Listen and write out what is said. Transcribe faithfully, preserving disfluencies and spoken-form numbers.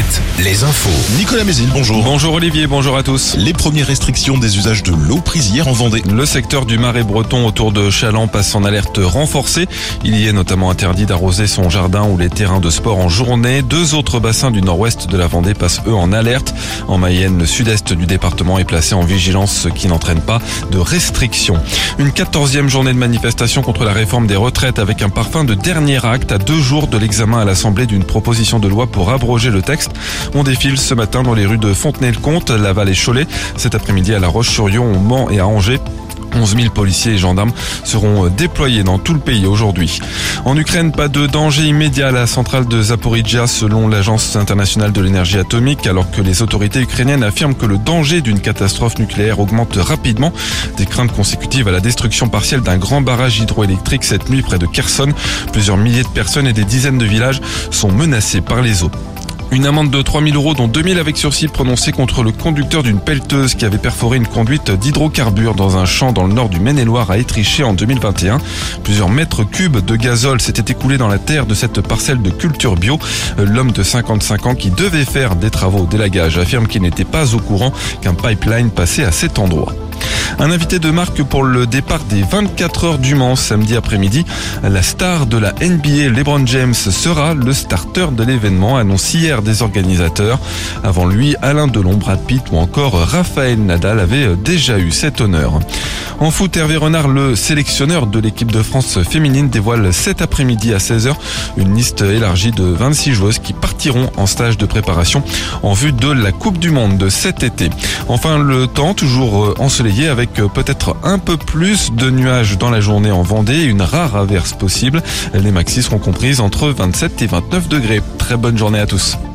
sept, les infos. Nicolas Mézil, bonjour. Bonjour Olivier, bonjour à tous. Les premières restrictions des usages de l'eau prises hier en Vendée. Le secteur du Marais breton autour de Chaland passe en alerte renforcée. Il y est notamment interdit d'arroser son jardin ou les terrains de sport en journée. Deux autres bassins du nord-ouest de la Vendée passent eux en alerte. En Mayenne, le sud-est du département est placé en vigilance, ce qui n'entraîne pas de restrictions. Une quatorzième journée de manifestation contre la réforme des retraites avec un parfum de dernier acte à deux jours de l'examen à l'Assemblée d'une proposition de loi pour abroger le texte. On défile ce matin dans les rues de Fontenay-le-Comte, Laval et Cholet. Cet après-midi à La Roche-sur-Yon, au Mans et à Angers. onze mille policiers et gendarmes seront déployés dans tout le pays aujourd'hui. En Ukraine, pas de danger immédiat à la centrale de Zaporizhzhia selon l'Agence internationale de l'énergie atomique, alors que les autorités ukrainiennes affirment que le danger d'une catastrophe nucléaire augmente rapidement. Des craintes consécutives à la destruction partielle d'un grand barrage hydroélectrique cette nuit près de Kherson. Plusieurs milliers de personnes et des dizaines de villages sont menacés par les eaux. Une amende de trois mille euros, dont deux mille avec sursis prononcée contre le conducteur d'une pelleteuse qui avait perforé une conduite d'hydrocarbures dans un champ dans le nord du Maine-et-Loire à Étriché en deux mille vingt et un. Plusieurs mètres cubes de gazole s'étaient écoulés dans la terre de cette parcelle de culture bio. L'homme de cinquante-cinq ans qui devait faire des travaux d'élagage affirme qu'il n'était pas au courant qu'un pipeline passait à cet endroit. Un invité de marque pour le départ des vingt-quatre heures du Mans samedi après-midi. La star de la N B A, LeBron James, sera le starter de l'événement, annonce hier des organisateurs. Avant lui, Alain Delon, Brad Pitt ou encore Rafael Nadal avaient déjà eu cet honneur. En foot, Hervé Renard, le sélectionneur de l'équipe de France féminine, dévoile cet après-midi à seize heures une liste élargie de vingt-six joueuses qui partiront en stage de préparation en vue de la Coupe du Monde de cet été. Enfin, le temps toujours ensoleillé avec peut-être un peu plus de nuages dans la journée en Vendée et une rare averse possible. Les maxis seront comprises entre vingt-sept et vingt-neuf degrés. Très bonne journée à tous.